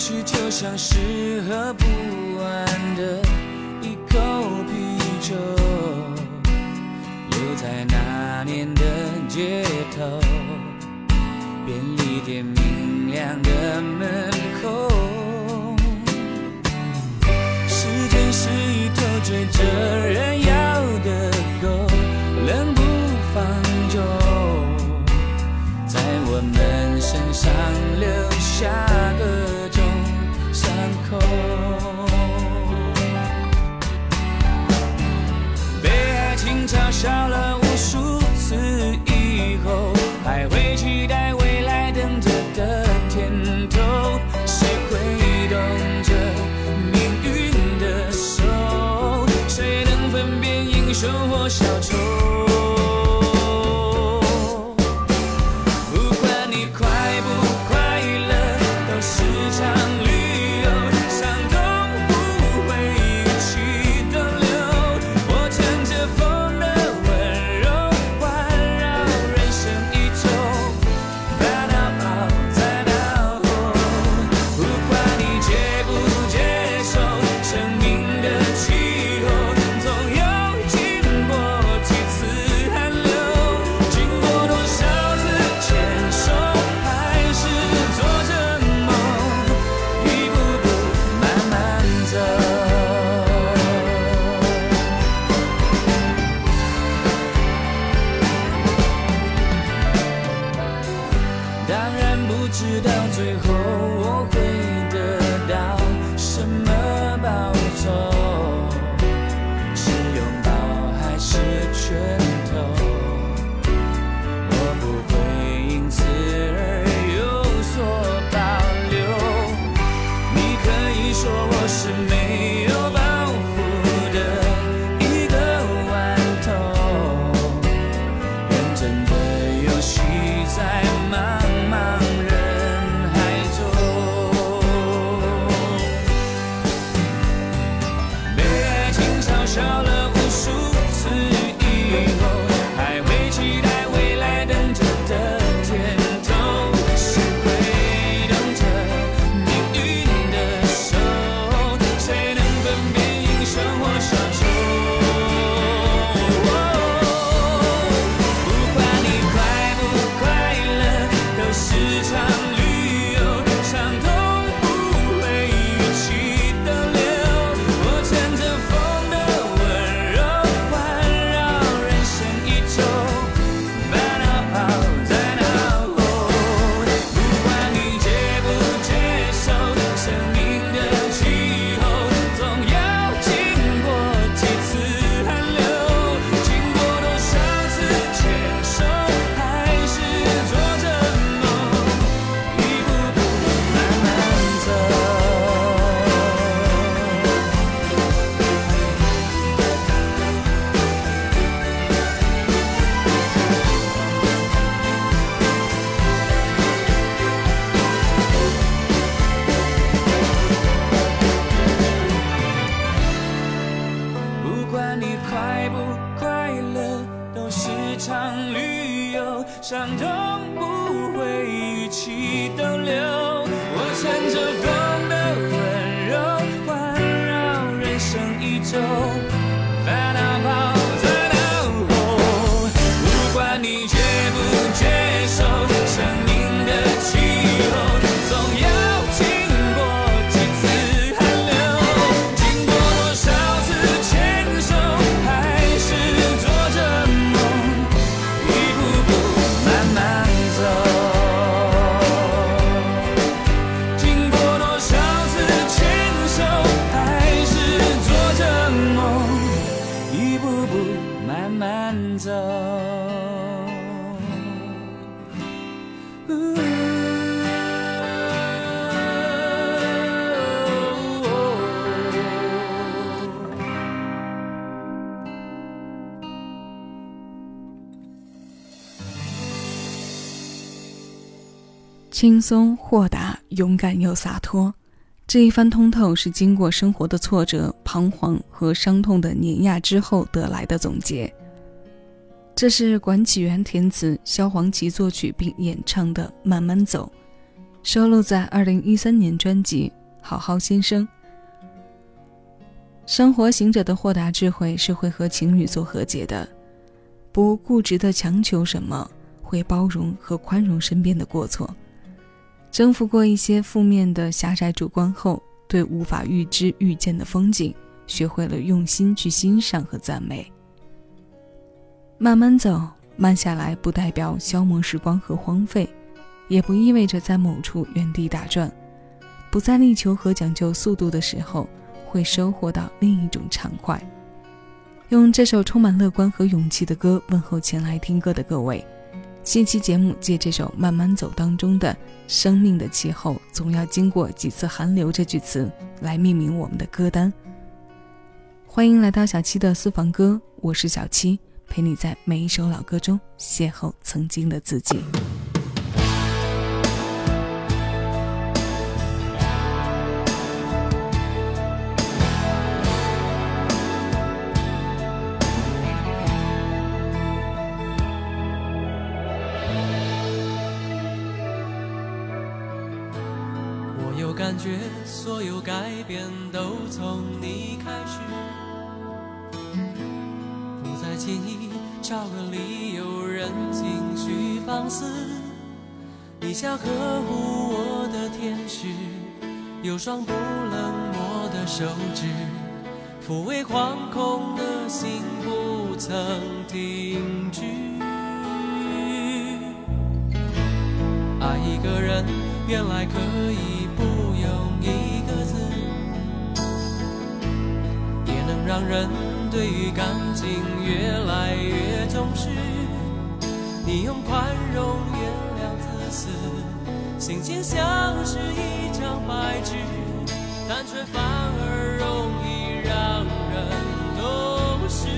许就像是喝不完的一口啤酒，留在那年的街头，便利店明亮的门口。时间是一头追着人要的狗，冷不防就在我们身上留下各种伤口。被爱情嘲笑了无数次以后，还会期待未来等着的甜头。谁会懂这命运的手？谁能分辨英雄或小丑？伤痛不会逾期逗留，我乘着风的温柔环绕人生一周，烦恼抛在脑后，不管你接不接受生命的气候，总要经过几次寒流，经过多少次牵手，还是做着梦，一步步慢慢走，经过多少次牵手，还是做着梦，一步步慢慢走。 轻松豁达，勇敢又洒脱，这一番通透是经过生活的挫折、彷徨和伤痛的碾压之后得来的总结。这是管启源填词，萧煌奇作曲并演唱的《慢慢走》， 收录在2013年专辑《好好先生》。生活行者的豁达智慧是会和情侣做和解的，不固执地强求什么，会包容和宽容身边的过错。征服过一些负面的狭窄主观后，对无法预知预见的风景，学会了用心去欣赏和赞美。慢慢走，慢下来不代表消磨时光和荒废，也不意味着在某处原地打转。不再力求和讲究速度的时候，会收获到另一种畅快。用这首充满乐观和勇气的歌问候前来听歌的各位。下期节目借这首《慢慢走》当中的生命的气候总要经过几次寒流这句词来命名我们的歌单。欢迎来到小七的私房歌，我是小七，陪你在每一首老歌中邂逅曾经的自己。 感觉所有改变都从你开始，不再轻易找个理由任情绪放肆。你像呵护我的天使，有双不冷漠的手指，抚慰惶恐的心不曾停止。爱一个人原来可以不用一个字，也能让人对于感情越来越重视。你用宽容原谅自私，心情像是一张白纸，单纯反而容易让人懂事。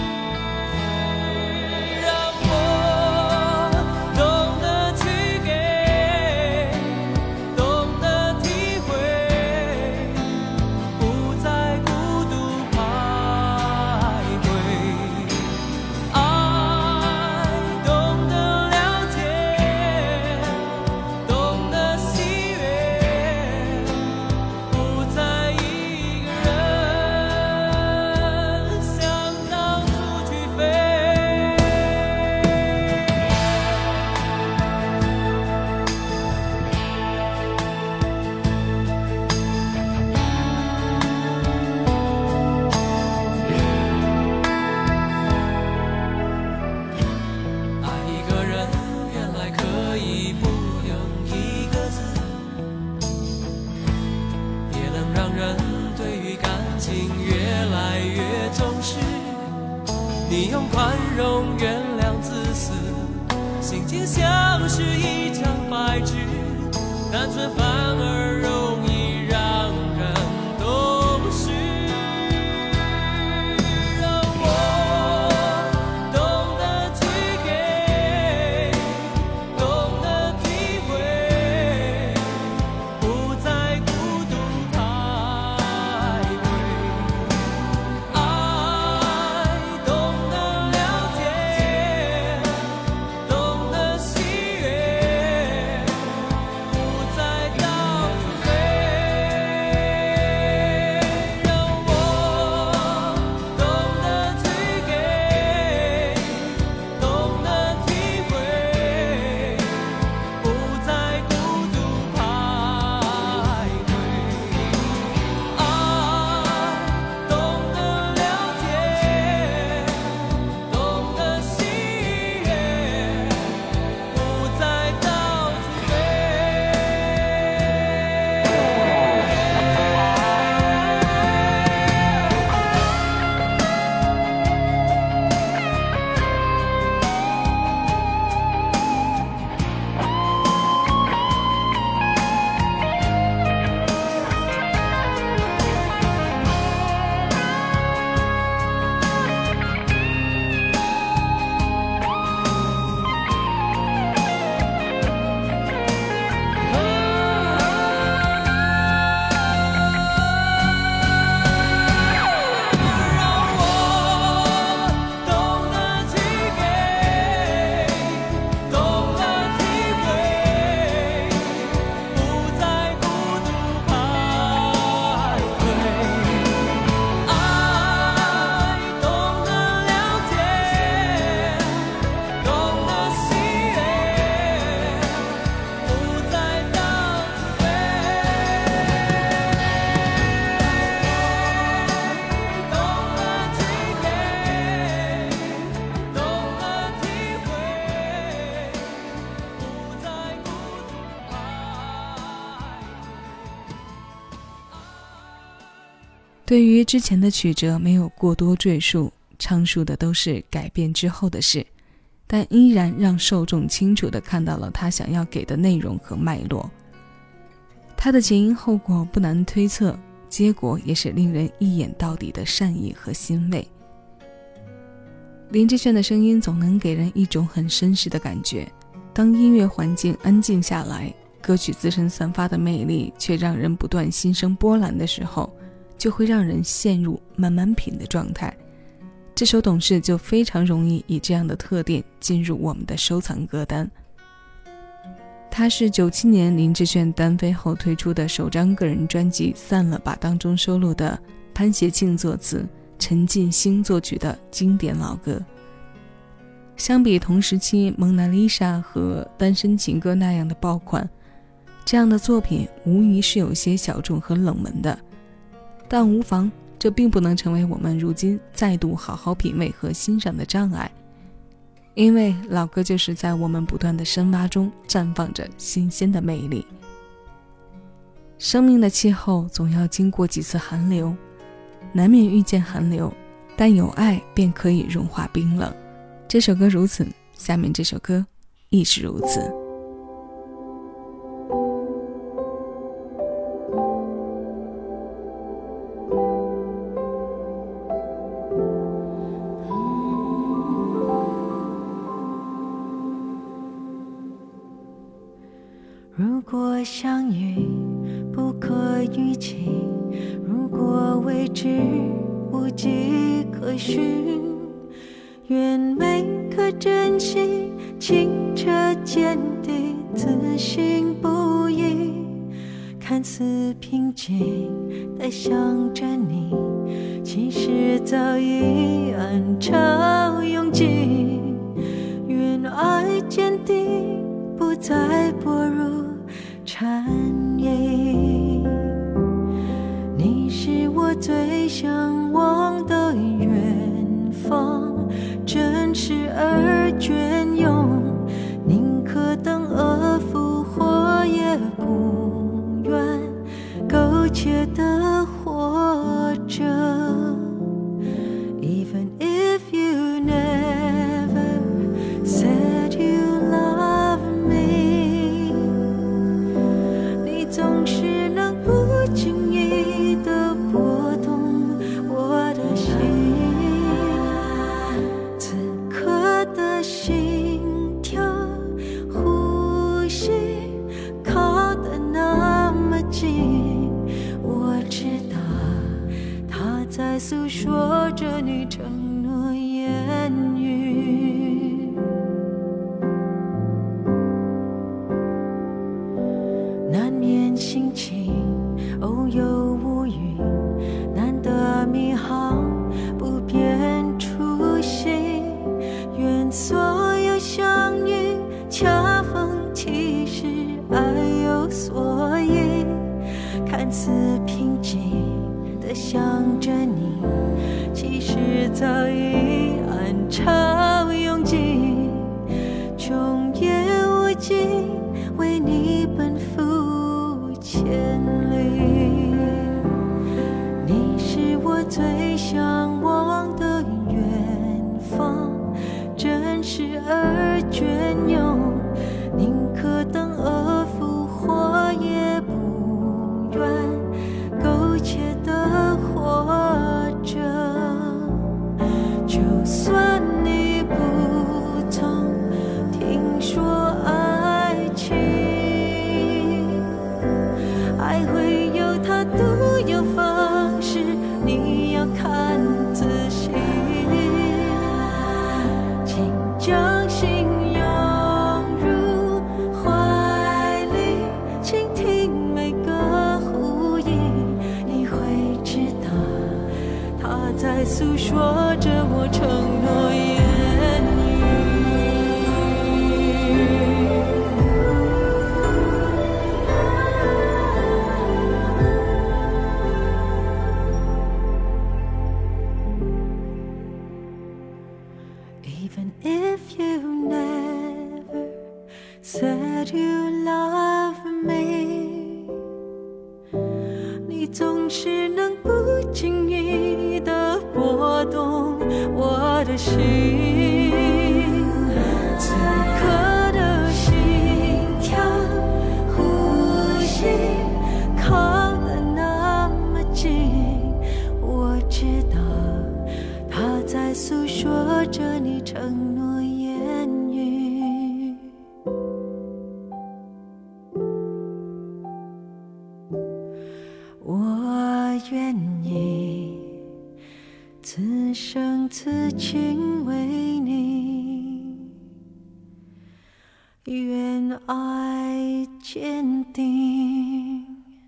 你用宽容原谅自私，心情像是一张白纸，单纯反而容易让人懂事。让我懂得去给，懂得体会，不再孤独徘徊。爱懂得了解，懂得喜悦，不再到处对于之前的曲折没有过多赘述，唱述的都是改变之后的事，但依然让受众清楚地看到了他想要给的内容和脉络。他的前因后果不难推测，结果也是令人一眼到底的善意和欣慰。林志炫的声音总能给人一种很绅士的感觉，当音乐环境安静下来，歌曲自身散发的魅力却让人不断心生波澜的时候，就会让人陷入慢慢品的状态。这首《懂事》就非常容易以这样的特点进入我们的收藏歌单。它是97年林志炫单飞后推出的首张个人专辑《散了吧》当中收录的潘协庆作词、陈进兴作曲的经典老歌。相比同时期《蒙娜丽莎》和《单身情歌》那样的爆款，这样的作品无疑是有些小众和冷门的，但无妨，这并不能成为我们如今再度好好品味和欣赏的障碍，因为老歌就是在我们不断的深挖中绽放着新鲜的魅力。生命的气候总要经过几次寒流，难免遇见寒流，但有爱便可以融化冰冷。这首歌如此，下面这首歌亦是如此。 如果相遇不可预期，如果未知无迹可寻，愿每颗真心清澈坚定，自信不疑，看似平静地想着你，其实早已暗潮涌进，愿爱坚定不再薄如蝉翼，你是我最向往的远方，真实而隽永，宁可等而复活，也不愿苟且地活着。 Even if you never said you love me， 你总是能不经意地拨动我的心，此刻的心跳呼吸靠得那么近，我知道它在诉说着你承诺言语，难免心情偶有乌云，难得迷航不变初心，愿所有相遇恰逢其时，爱有所以，看似平静地想着你，其实早已暗潮涌进，穷也无尽，为你奔赴千里。你是我最向往的远方，真实而隽永，宁可等而复活，也不愿苟且地活着。就算你不曾听说爱情，爱会有它独有方式，你要看仔细，请将心拥入怀里，倾听每个呼应，你会知道它在诉说着我承诺言语。Even if you never said you love me， 你总是能不轻易地拨动我的心，此刻的心跳呼吸靠得那么近，我知道它在诉说着你承诺言语。我愿意此生此情为你，愿爱坚定。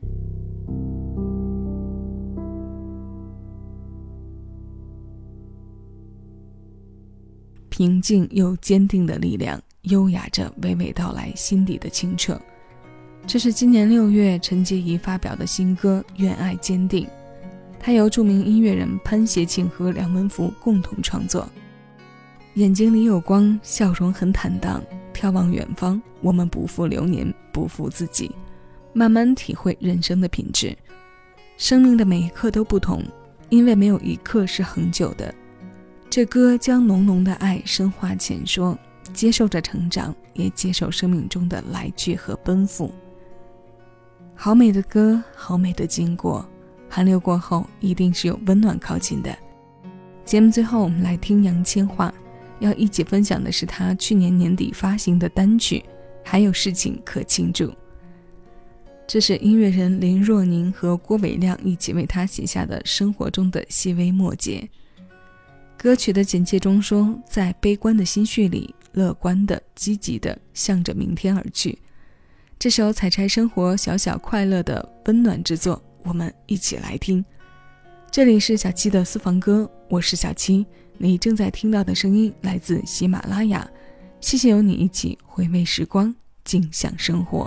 平静又坚定的力量，优雅着娓娓道来心底的清澈。这是今年6月陈洁仪发表的新歌《愿爱坚定》，它由著名音乐人潘协庆和梁文福共同创作。眼睛里有光，笑容很坦荡，眺望远方，我们不负流年，不负自己，慢慢体会人生的品质。生命的每一刻都不同，因为没有一刻是恒久的。这歌将浓浓的爱深化浅说，接受着成长，也接受生命中的来去和奔赴。好美的歌，好美的经过，寒流过后一定是有温暖靠近的。节目最后我们来听杨千嬅，要一起分享的是她去年年底发行的单曲《还有事情可庆祝》。这是音乐人林若宁和郭伟亮一起为她写下的生活中的细微末节。歌曲的简介中说，在悲观的心绪里，乐观的积极的向着明天而去。这首采摘生活小小快乐的温暖之作，我们一起来听。这里是小七的私房歌，我是小七，你正在听到的声音来自喜马拉雅。谢谢有你一起回味时光，静享生活。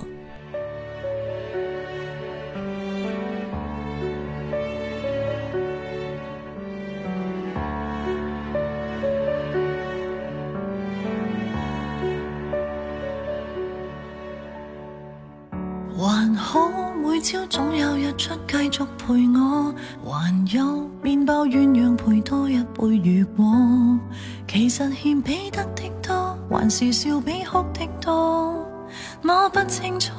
還好每朝總有日出繼續陪我，還有麵包鴛鴦配多一杯如果。其實欠彼得的多，還是笑比哭的多，我不清楚。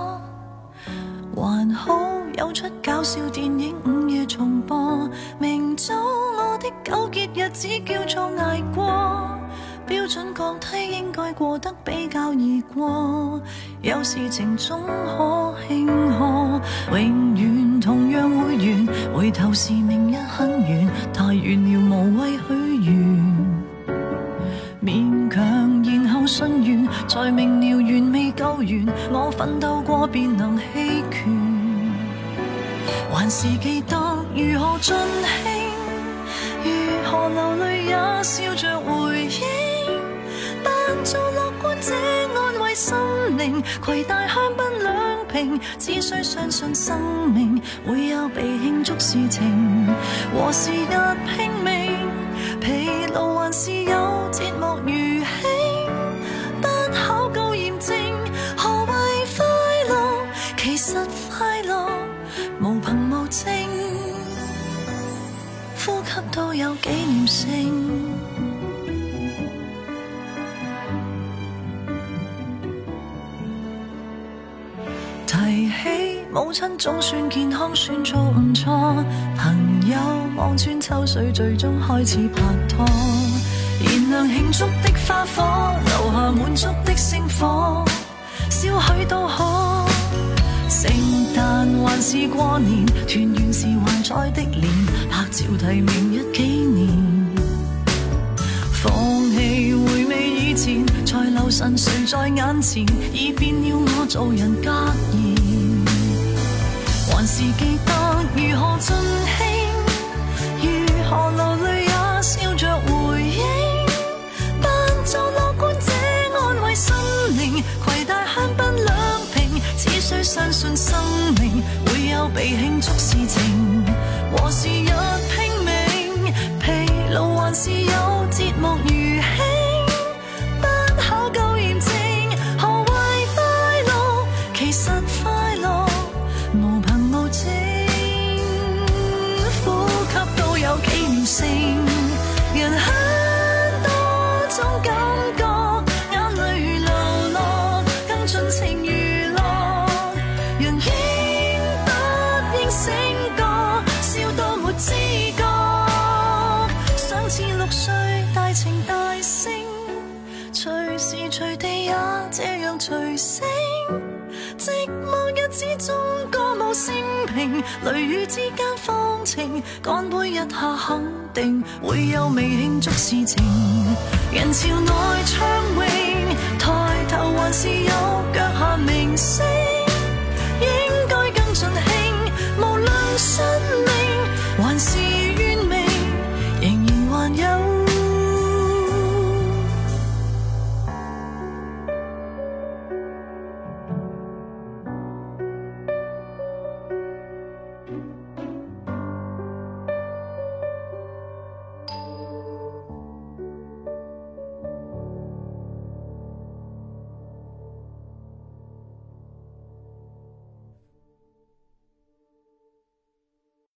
還好有出搞笑電影午夜重播，明早我的糾結日子叫做捱過。標準降低應該過得比較易過，有事情總可慶賀，永遠同樣會完，回頭時明日很遠，太遠了無謂許願，勉強然後信願，才明了緣未夠完，我奮鬥過便能棄權，還是記得如何盡興，如何流淚也笑着回應，做樂觀者安慰心靈，攜帶香檳兩瓶，只需相信生命會有被慶祝事情。和時日拼命，疲勞還是有節目如興，不考究驗證何謂快樂，其實快樂無憑無證，呼吸都有紀念性。提起母親總算健康，算做唔錯，朋友望穿秋水，最終開始拍拖，燃亮慶祝的花火，留下滿足的星火，少許都可。聖誕還是過年，團圓時還在的臉，拍照提明日紀念。放棄回味以前，才留神誰在眼前，已變了我做人格言。還是記得如何盡興，如何流淚也笑着回應，扮做樂觀者安慰心靈，攜帶香檳兩瓶，只需相信生命會有被慶祝事情。和時日拼命，疲勞還是有節目如興，不考究驗證何謂快樂，其實快樂無憑無證，呼性。人很多種感覺，眼淚流落，更盡情娛樂。人應不應醒覺，笑到沒知覺，想似6歲大情大性，隨時隨地也這樣隨性。寂寞日子中歌舞升平，雷雨之間放晴，乾杯一下肯定會有微慶祝事情。人潮內暢泳，抬頭還是有腳下明星，應該更盡興，無論信